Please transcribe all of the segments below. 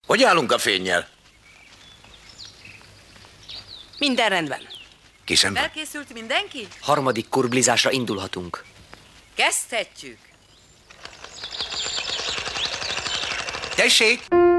Hogy állunk a fénnyel? Minden rendben. Készen van? Elkészült mindenki? Harmadik kurblizásra indulhatunk. Kezdhetjük. Tessék!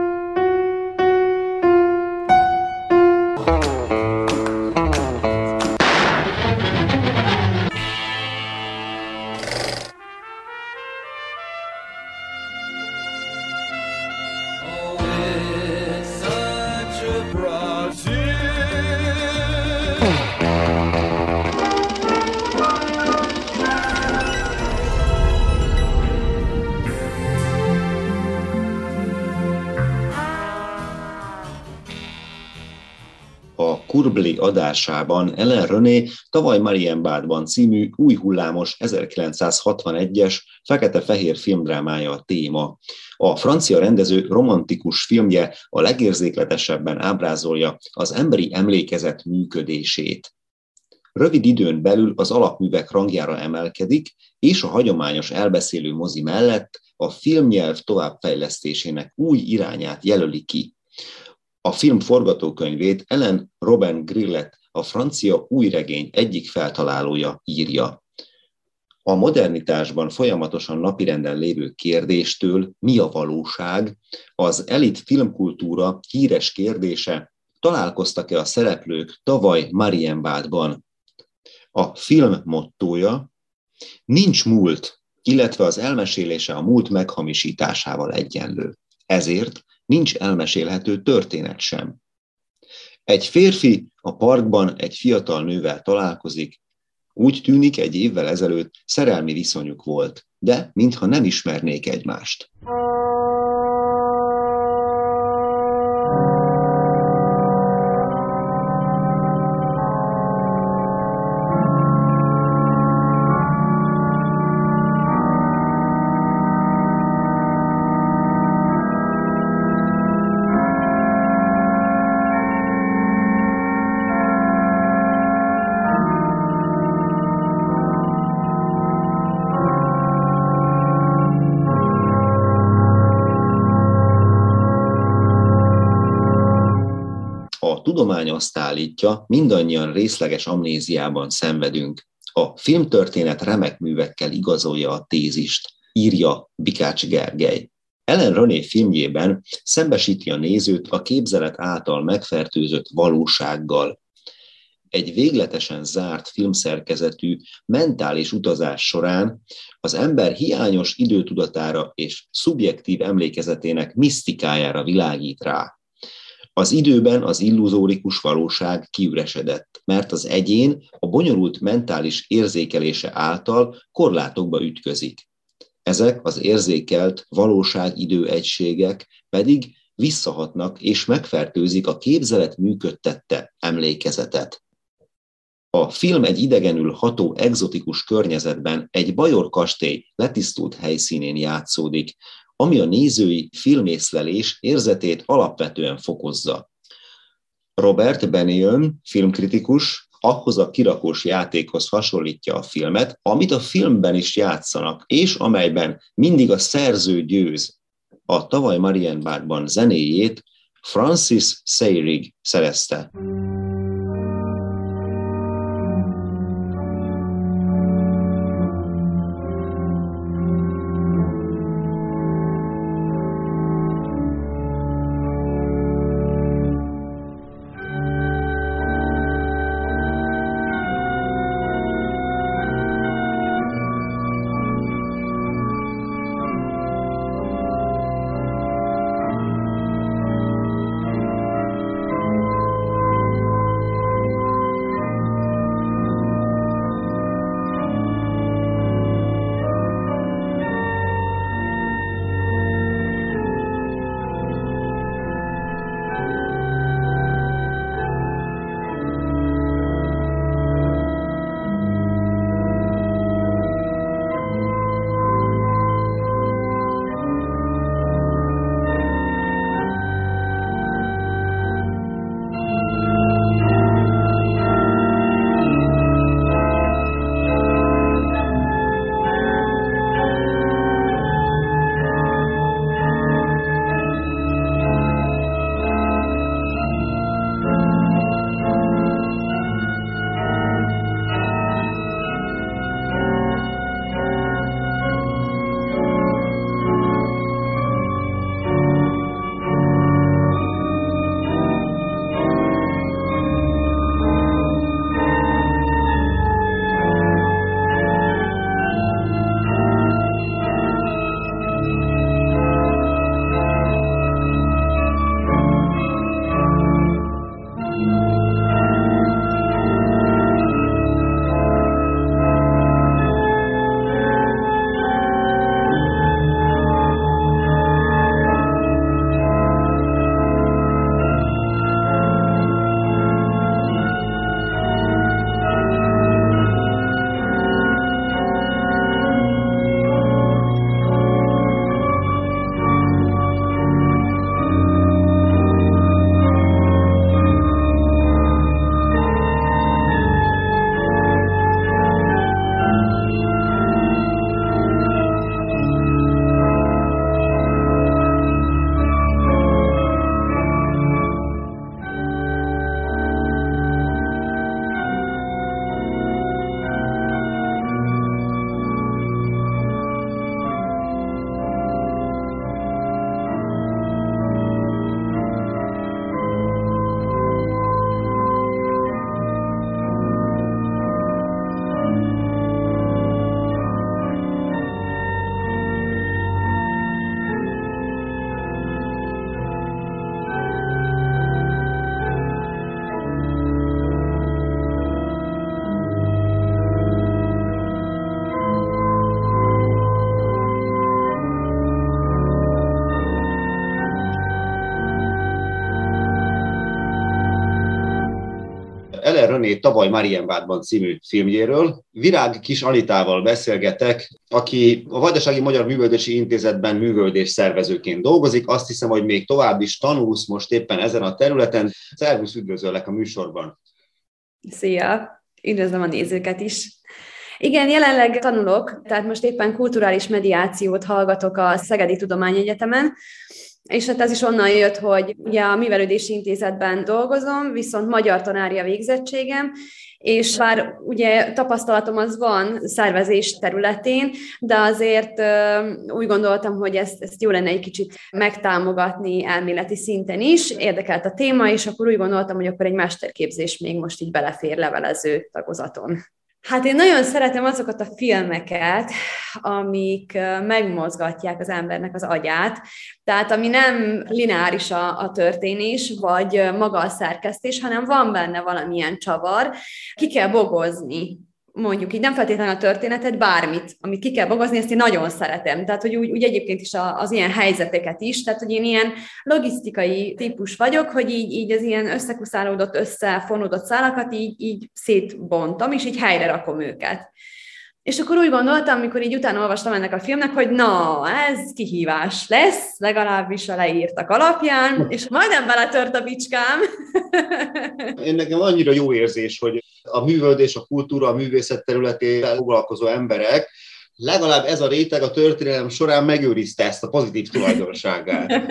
A Kurbli adásában Alain René tavaly Marienbadban című új hullámos 1961-es fekete-fehér filmdrámája a téma. A francia rendező romantikus filmje a legérzékletesebben ábrázolja az emberi emlékezet működését. Rövid időn belül az alapművek rangjára emelkedik, és a hagyományos elbeszélő mozi mellett a filmnyelv továbbfejlesztésének új irányát jelöli ki. A film forgatókönyvét Ellen Robben Grillet, a francia újregény egyik feltalálója írja. A modernitásban folyamatosan napirenden lévő kérdéstől, mi a valóság, az elit filmkultúra híres kérdése, találkoztak-e a szereplők tavaly Marienbadban. A film mottója: nincs múlt, illetve az elmesélése a múlt meghamisításával egyenlő. Ezért nincs elmesélhető történet sem. Egy férfi a parkban egy fiatal nővel találkozik, úgy tűnik, egy évvel ezelőtt szerelmi viszonyuk volt, de mintha nem ismernék egymást. A tudomány azt állítja, mindannyian részleges amnéziában szenvedünk. A filmtörténet remek művekkel igazolja a tézist, írja Bikács Gergely. Alain René filmjében szembesíti a nézőt a képzelet által megfertőzött valósággal. Egy végletesen zárt filmszerkezetű mentális utazás során az ember hiányos időtudatára és szubjektív emlékezetének misztikájára világít rá. Az időben az illuzórikus valóság kiüresedett, mert az egyén a bonyolult mentális érzékelése által korlátokba ütközik. Ezek az érzékelt valóság-idő egységek pedig visszahatnak és megfertőzik a képzelet működtette emlékezetet. A film egy idegenül ható egzotikus környezetben egy bajor kastély letisztult helyszínén játszódik, ami a nézői filmészlelés érzetét alapvetően fokozza. Robert Bennion, filmkritikus, ahhoz a kirakós játékhoz hasonlítja a filmet, amit a filmben is játszanak, és amelyben mindig a szerző győz. A tavaly Marienbadban zenéjét Francis Seyrig szerezte. René tavaly Marienbadban című filmjéről. Virág Kis Anitával beszélgetek, aki a Vajdasági Magyar Művelődési Intézetben művelődés szervezőként dolgozik. Azt hiszem, hogy még tovább is tanulsz most éppen ezen a területen. Szervusz, üdvözöllek a műsorban. Szia! Üdvözlöm a nézőket is! Igen, jelenleg tanulok, tehát most éppen kulturális mediációt hallgatok a Szegedi Tudományegyetemen, és hát ez is onnan jött, hogy ugye a Művelődési Intézetben dolgozom, viszont magyar tanári a végzettségem, és bár ugye tapasztalatom az van szervezés területén, de azért úgy gondoltam, hogy ezt jó lenne egy kicsit megtámogatni elméleti szinten is, érdekelt a téma, és akkor úgy gondoltam, hogy akkor egy mesterképzés még most így belefér levelező tagozaton. Hát én nagyon szeretem azokat a filmeket, amik megmozgatják az embernek az agyát, tehát ami nem lineáris a történés, vagy maga a szerkesztés, hanem van benne valamilyen csavar, ki kell bogozni. Mondjuk így nem feltétlenül a történetet, bármit, amit ki kell bogozni, ezt én nagyon szeretem. Tehát, hogy úgy egyébként is az ilyen helyzeteket is, tehát, hogy én ilyen logisztikai típus vagyok, hogy így az ilyen összekuszálódott, összefonódott szálakat így szétbontom, és így helyre rakom őket. És akkor úgy gondoltam, amikor így utána olvastam ennek a filmnek, hogy na, ez kihívás lesz, legalábbis a leírtak alapján, és majdnem beletört a bicskám. Én nekem annyira jó érzés, hogy a művelődés, a kultúra, a művészet területével foglalkozó emberek, legalább ez a réteg a történelem során megőrizte ezt a pozitív tulajdonságát.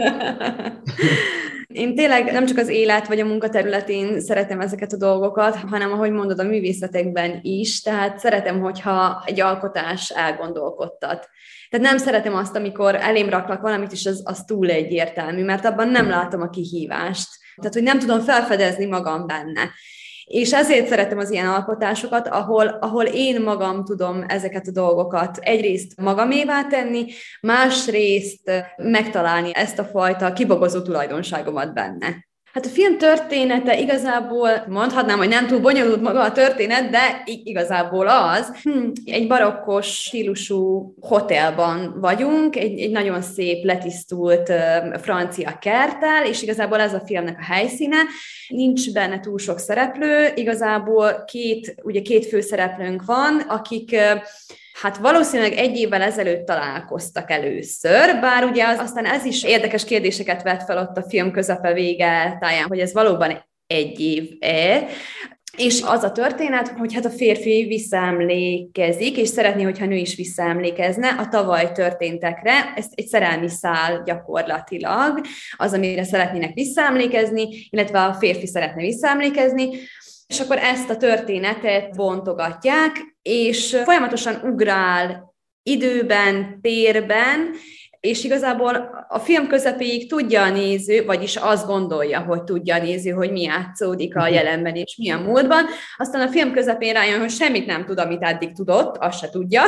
Én tényleg nem csak az élet vagy a munkaterületén szeretem ezeket a dolgokat, hanem ahogy mondod, a művészetekben is, tehát szeretem, hogyha egy alkotás elgondolkodtat. Tehát nem szeretem azt, amikor elém raklak valamit, és az túl egyértelmű, mert abban nem látom a kihívást. Tehát, hogy nem tudom felfedezni magam benne. És ezért szeretem az ilyen alkotásokat, ahol én magam tudom ezeket a dolgokat egyrészt magamévá tenni, másrészt megtalálni ezt a fajta kibogozó tulajdonságomat benne. Hát a film története igazából, mondhatnám, hogy nem túl bonyolult maga a történet, de igazából az. Egy barokkos stílusú hotelban vagyunk, egy nagyon szép, letisztult francia kerttel, és igazából ez a filmnek a helyszíne. Nincs benne túl sok szereplő, igazából két főszereplőnk van, akik hát valószínűleg 1 évvel ezelőtt találkoztak először, bár ugye aztán ez is érdekes kérdéseket vett fel ott a film közepe vége táján, hogy ez valóban 1 év-e, és az a történet, hogy hát a férfi visszaemlékezik, és szeretné, hogyha a nő is visszaemlékezne a tavaly történtekre, ez egy szerelmi szál gyakorlatilag, az, amire szeretnének visszaemlékezni, illetve a férfi szeretne visszaemlékezni, és akkor ezt a történetet bontogatják, és folyamatosan ugrál időben, térben, és igazából a film közepéig tudja a néző, vagyis azt gondolja, hogy tudja a néző, hogy mi játszódik a jelenben és mi a múltban. Aztán a film közepén rájön, hogy semmit nem tud, amit eddig tudott, azt se tudja,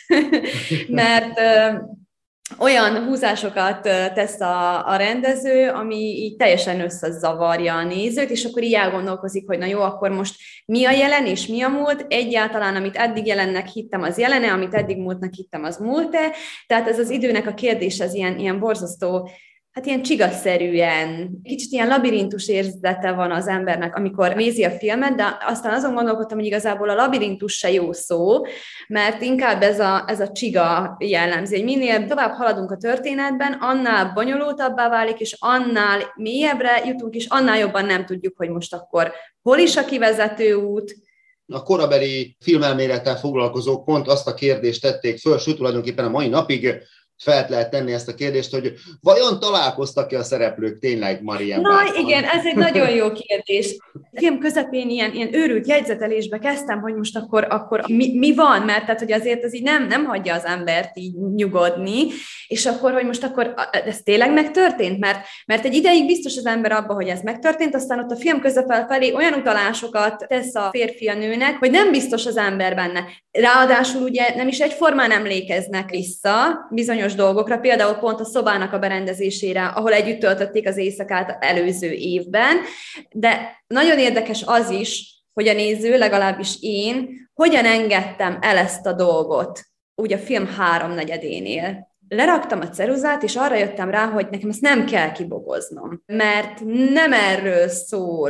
mert olyan húzásokat tesz a rendező, ami így teljesen összezavarja a nézőt, és akkor így elgondolkozik, hogy na jó, akkor most mi a jelen és mi a múlt, egyáltalán amit eddig jelennek hittem, az jelene, amit eddig múltnak hittem, az múlt-e. Tehát ez az időnek a kérdés, ez ilyen borzasztó, hát ilyen csigaszerűen, kicsit ilyen labirintus érzete van az embernek, amikor nézi a filmet, de aztán azon gondolkodtam, hogy igazából a labirintus se jó szó, mert inkább ez a csiga jellemzi, hogy minél tovább haladunk a történetben, annál bonyolultabbá válik, és annál mélyebbre jutunk, és annál jobban nem tudjuk, hogy most akkor hol is a kivezető út. A korabeli filmelmélettel foglalkozók pont azt a kérdést tették föl, sőt tulajdonképpen a mai napig fel lehet tenni ezt a kérdést, hogy vajon találkoztak-e a szereplők tényleg Marienbadban? Na igen, ez egy nagyon jó kérdés. A film közepén ilyen őrült jegyzetelésbe kezdtem, hogy most akkor mi van, mert tehát, hogy azért ez így nem hagyja az embert így nyugodni, és akkor, hogy most akkor ez tényleg megtörtént, mert egy ideig biztos az ember abban, hogy ez megtörtént, aztán ott a film közepe felé olyan utalásokat tesz a férfi a nőnek, hogy nem biztos az ember benne. Ráadásul ugye nem is egyformán emlékeznek vissza bizonyos dolgokra, például pont a szobának a berendezésére, ahol együtt töltötték az éjszakát előző évben, de nagyon érdekes az is, hogy a néző, legalábbis én, hogyan engedtem el ezt a dolgot, úgy a film 3/4-énél. Leraktam a ceruzát, és arra jöttem rá, hogy nekem ezt nem kell kibogoznom, mert nem erről szól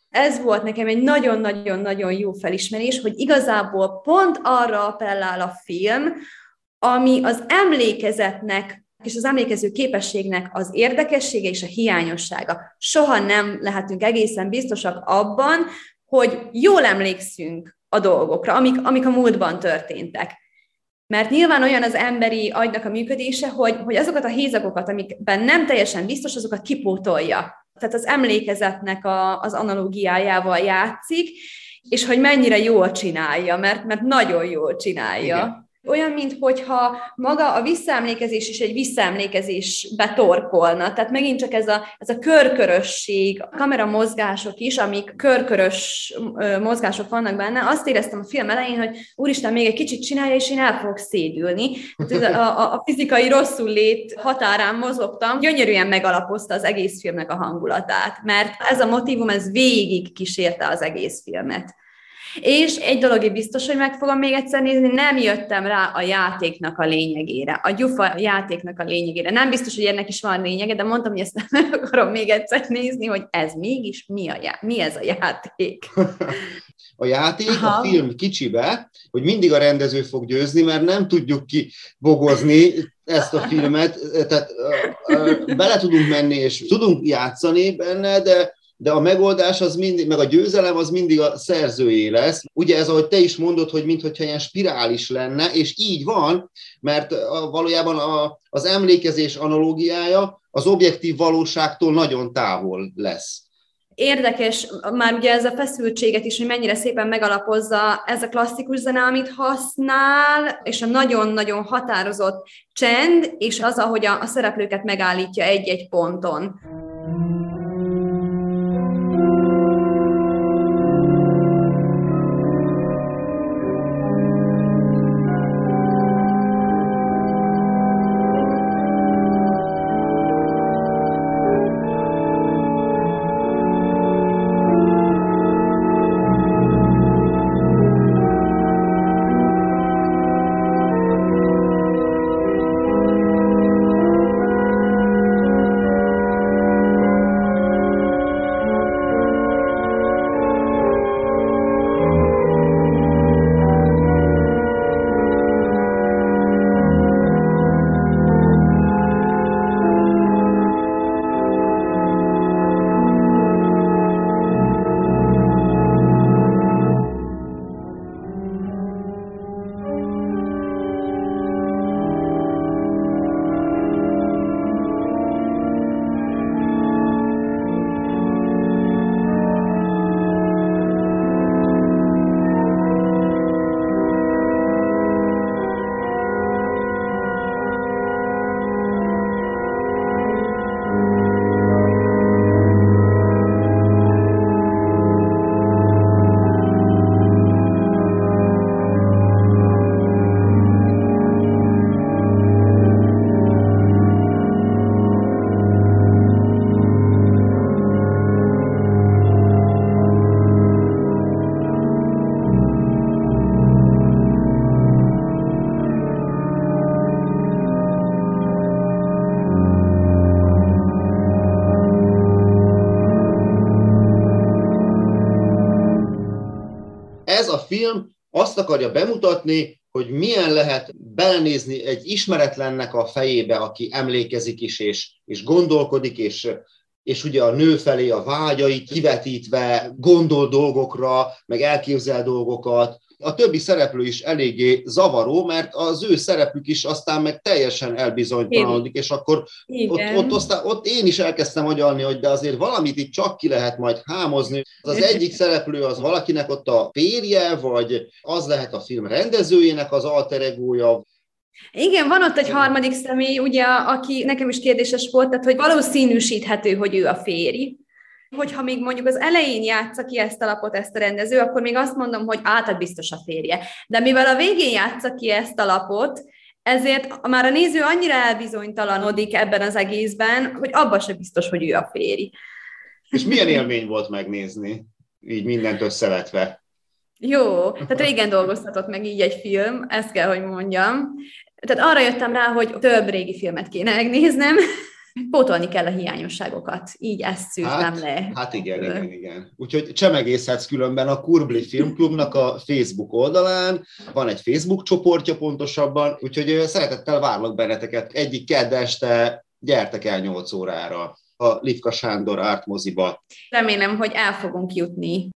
Ez volt nekem egy nagyon-nagyon-nagyon jó felismerés, hogy igazából pont arra appellál a film, ami az emlékezetnek és az emlékező képességnek az érdekessége és a hiányossága. Soha nem lehetünk egészen biztosak abban, hogy jól emlékszünk a dolgokra, amik a múltban történtek. Mert nyilván olyan az emberi agynak a működése, hogy azokat a hézagokat, amikben nem teljesen biztos, azokat kipótolja. Tehát az emlékezetnek az analógiájával játszik, és hogy mennyire jól csinálja, mert nagyon jól csinálja. Igen. Olyan, minthogyha maga a visszaemlékezés is egy visszaemlékezésbe torkolna. Tehát megint csak ez a körkörösség, a kameramozgások is, amik körkörös mozgások vannak benne. Azt éreztem a film elején, hogy úristen, még egy kicsit csinálja, és én el fogok szédülni. Tehát a fizikai rosszul lét határán mozogtam, gyönyörűen megalapozta az egész filmnek a hangulatát, mert ez a motívum, ez végig kísérte az egész filmet. És egy dolog biztos, hogy meg fogom még egyszer nézni, nem jöttem rá a játéknak a lényegére, a gyufa játéknak a lényegére. Nem biztos, hogy ennek is van lényege, de mondtam, hogy ezt nem akarom még egyszer nézni, hogy ez mégis mi ez a játék. A játék a film kicsibe, hogy mindig a rendező fog győzni, mert nem tudjuk kibogozni ezt a filmet, tehát bele tudunk menni, és tudunk játszani benne, de a megoldás az mindig, meg a győzelem az mindig a szerzőjé lesz. Ugye ez, ahogy te is mondod, hogy minthogyha ilyen spirális lenne, és így van, mert valójában az emlékezés analógiája az objektív valóságtól nagyon távol lesz. Érdekes már ugye ez a feszültséget is, hogy mennyire szépen megalapozza ez a klasszikus zene, amit használ, és a nagyon-nagyon határozott csend, és az, ahogy a szereplőket megállítja egy-egy ponton. Ez a film azt akarja bemutatni, hogy milyen lehet belenézni egy ismeretlennek a fejébe, aki emlékezik is, és gondolkodik, és ugye a nő felé a vágyait kivetítve gondol dolgokra, meg elképzel dolgokat. A többi szereplő is eléggé zavaró, mert az ő szerepük is aztán meg teljesen elbizonytalanodik, és akkor ott én is elkezdtem agyalni, hogy de azért valamit itt csak ki lehet majd hámozni. Az egyik szereplő az valakinek ott a férje, vagy az lehet a film rendezőjének az alter egója. Igen, van ott egy harmadik személy, ugye, aki nekem is kérdéses volt, tehát hogy valószínűsíthető, hogy ő a férj. Hogyha még mondjuk az elején játsza ki ezt a lapot, ezt a rendező, akkor még azt mondom, hogy tehát biztos a férje. De mivel a végén játsza ki ezt a lapot, ezért már a néző annyira elbizonytalanodik ebben az egészben, hogy abban sem biztos, hogy ő a férj. És milyen élmény volt megnézni, így mindent összevetve? Jó, tehát régen dolgoztatott meg így egy film, ezt kell, hogy mondjam. Tehát arra jöttem rá, hogy több régi filmet kéne megnéznem, pótolni kell a hiányosságokat. Így ezt szűrtem le. Hát igen. Úgyhogy csemegészhetsz különben a Kurbli Filmklubnak a Facebook oldalán, van egy Facebook csoportja pontosabban, úgyhogy szeretettel várlak benneteket egyik kedd este, gyertek el 8 órára a Lifka Sándor Art moziba. Remélem, hogy el fogunk jutni.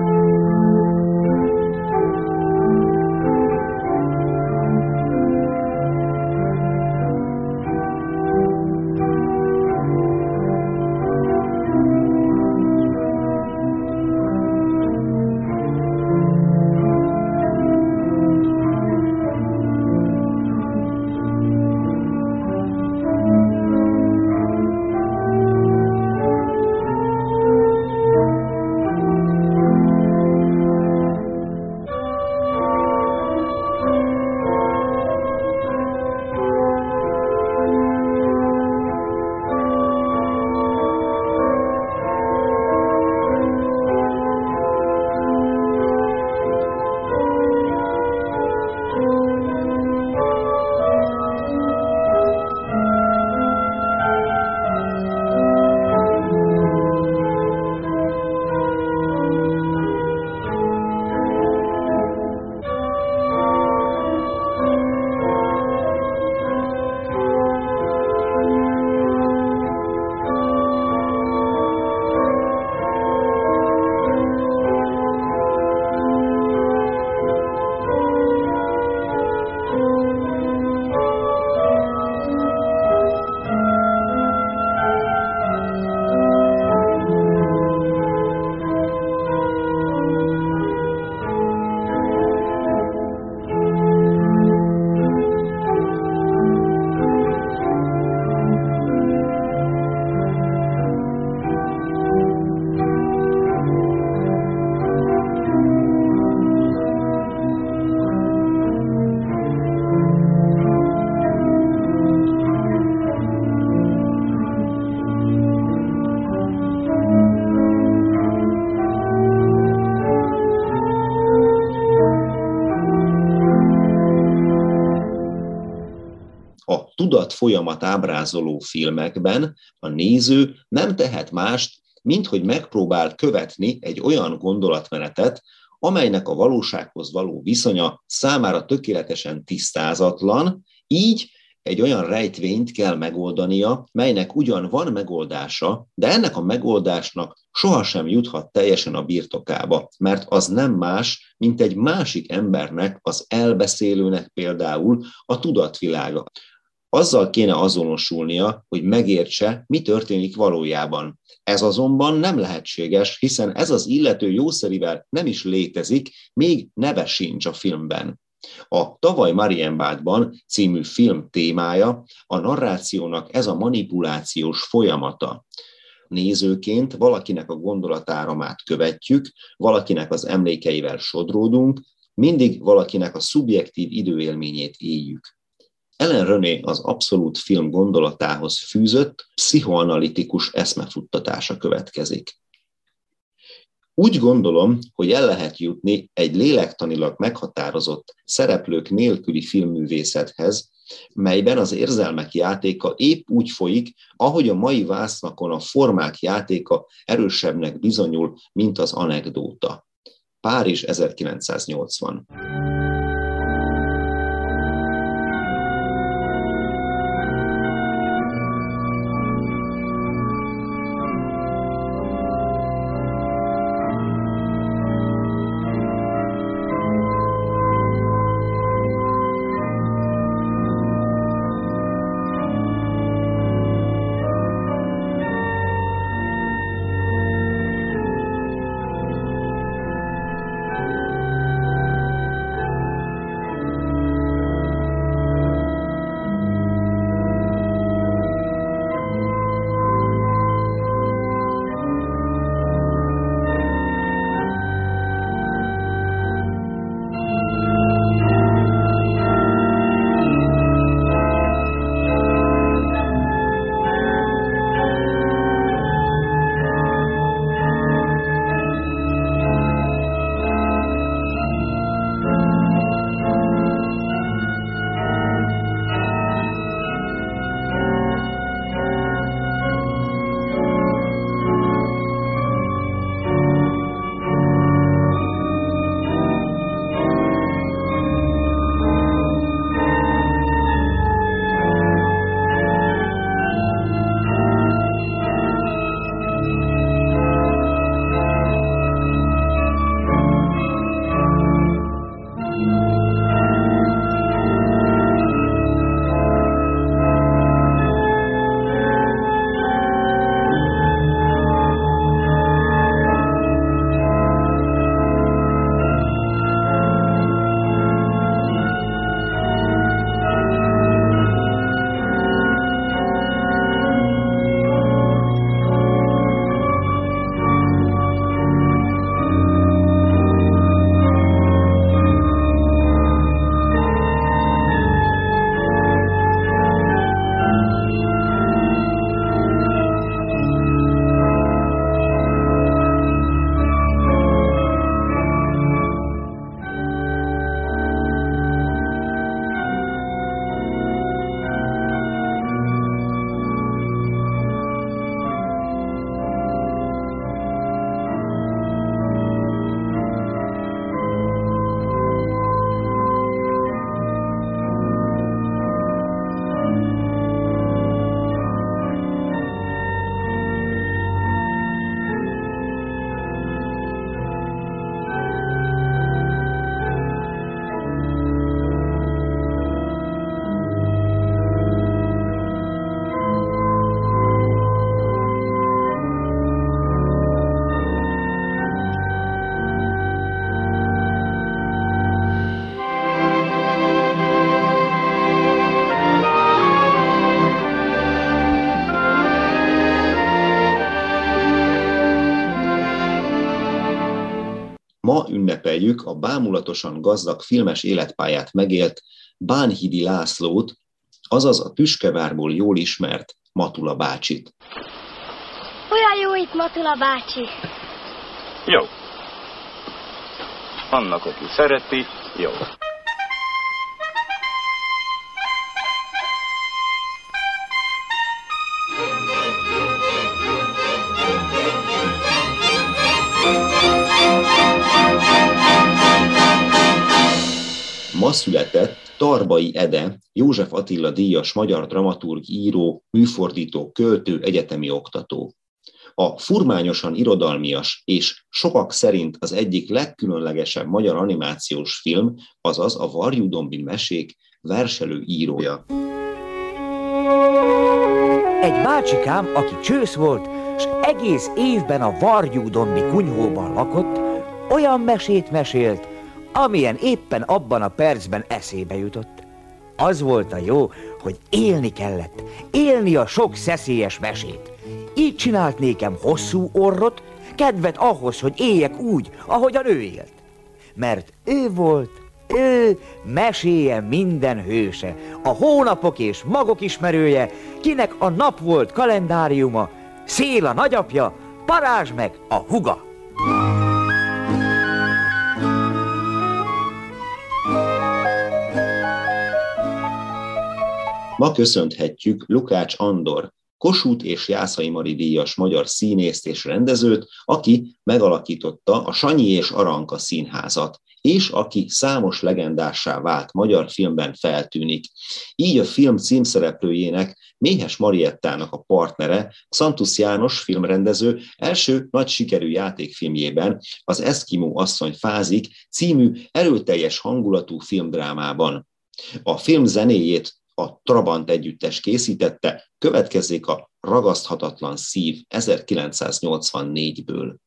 tudat folyamat ábrázoló filmekben a néző nem tehet mást, mint hogy megpróbál követni egy olyan gondolatmenetet, amelynek a valósághoz való viszonya számára tökéletesen tisztázatlan, így egy olyan rejtvényt kell megoldania, melynek ugyan van megoldása, de ennek a megoldásnak sohasem juthat teljesen a birtokába, mert az nem más, mint egy másik embernek, az elbeszélőnek például a tudatvilága. Azzal kéne azonosulnia, hogy megértse, mi történik valójában. Ez azonban nem lehetséges, hiszen ez az illető jószerivel nem is létezik, még neve sincs a filmben. A Tavaly Marienbadban című film témája a narrációnak ez a manipulációs folyamata. Nézőként valakinek a gondolatáramát követjük, valakinek az emlékeivel sodródunk, mindig valakinek a szubjektív időélményét éljük. Ellen René az abszolút film gondolatához fűzött, pszichoanalitikus eszmefuttatása következik. Úgy gondolom, hogy el lehet jutni egy lélektanilag meghatározott szereplők nélküli filmművészethez, melyben az érzelmek játéka épp úgy folyik, ahogy a mai vásznakon a formák játéka erősebbnek bizonyul, mint az anekdóta. Párizs 1980. Ma ünnepeljük a bámulatosan gazdag filmes életpályát megélt Bánhidi Lászlót, azaz a Tüskevárból jól ismert Matula bácsit. Olyan jó itt, Matula bácsi. Jó. Annak, aki szereti, jó. Ma született Tarbai Ede, József Attila díjas magyar dramaturg, író, műfordító, költő, egyetemi oktató. A furmányosan irodalmias és sokak szerint az egyik legkülönlegesebb magyar animációs film, azaz a Varjú-Dombin mesék verselő írója. Egy bácsikám, aki csősz volt, s egész évben a Varjú-Dombi kunyhóban lakott, olyan mesét mesélt, amilyen éppen abban a percben eszébe jutott. Az volt a jó, hogy élni kellett, élni a sok szeszélyes mesét. Így csinált nékem hosszú orrot, kedvet ahhoz, hogy éljek úgy, ahogyan ő élt. Mert ő volt, ő meséje minden hőse, a hónapok és magok ismerője, kinek a nap volt kalendáriuma, Szél a nagyapja, Parázs meg a húga. Ma köszönhetjük Lukács Andor, Kossuth és Jászai Mari díjas magyar színészt és rendezőt, aki megalakította a Sanyi és Aranka színházat, és aki számos legendássá vált magyar filmben feltűnik. Így a film címszereplőjének, Méhes Mariettának a partnere, Xantusz János filmrendező első nagy sikerű játékfilmjében, az Eszkimó asszony fázik című erőteljes hangulatú filmdrámában. A film zenéjét a Trabant együttes készítette, következzék a Ragaszthatatlan szív 1984-ből.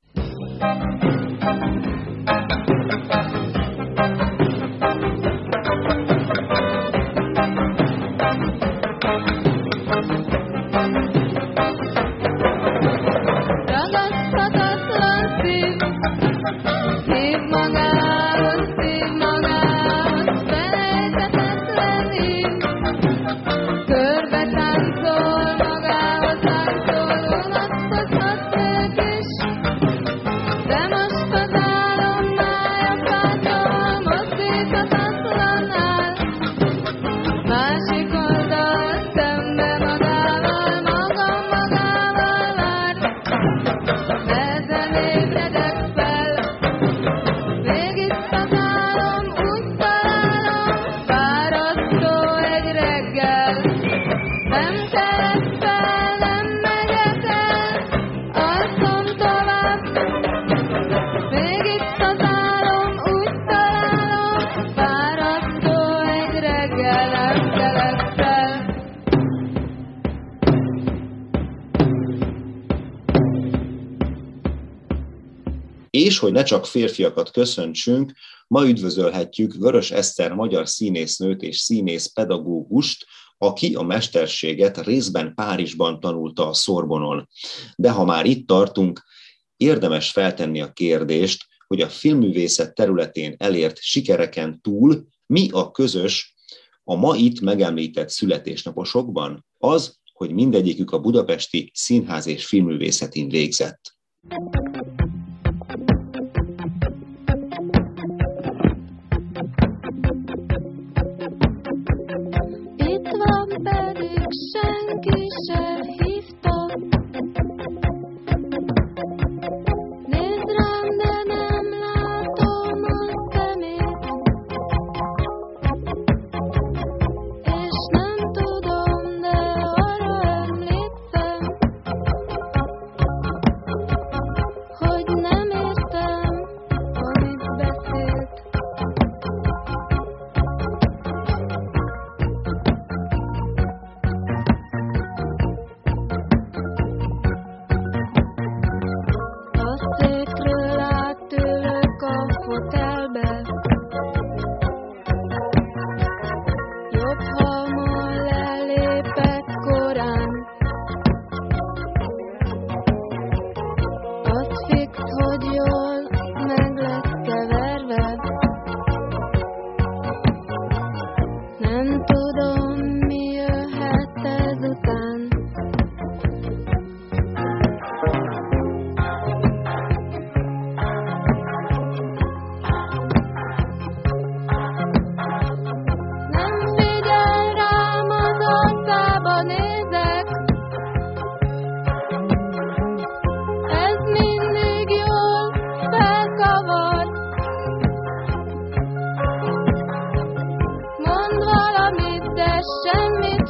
És hogy ne csak férfiakat köszöntsünk, ma üdvözölhetjük Vörös Eszter magyar színésznőt és színészpedagógust, aki a mesterséget részben Párizsban tanulta a Sorbonon. De ha már itt tartunk, érdemes feltenni a kérdést, hogy a filmművészet területén elért sikereken túl mi a közös a ma itt megemlített születésnaposokban? Az, hogy mindegyikük a Budapesti Színház és Filmművészetén végzett. Senki se hívta. Nézd rám, de nem látom a szemét, és nem tudom, de arra emlékszem, hogy nem értem, amit beszélt.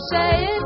säger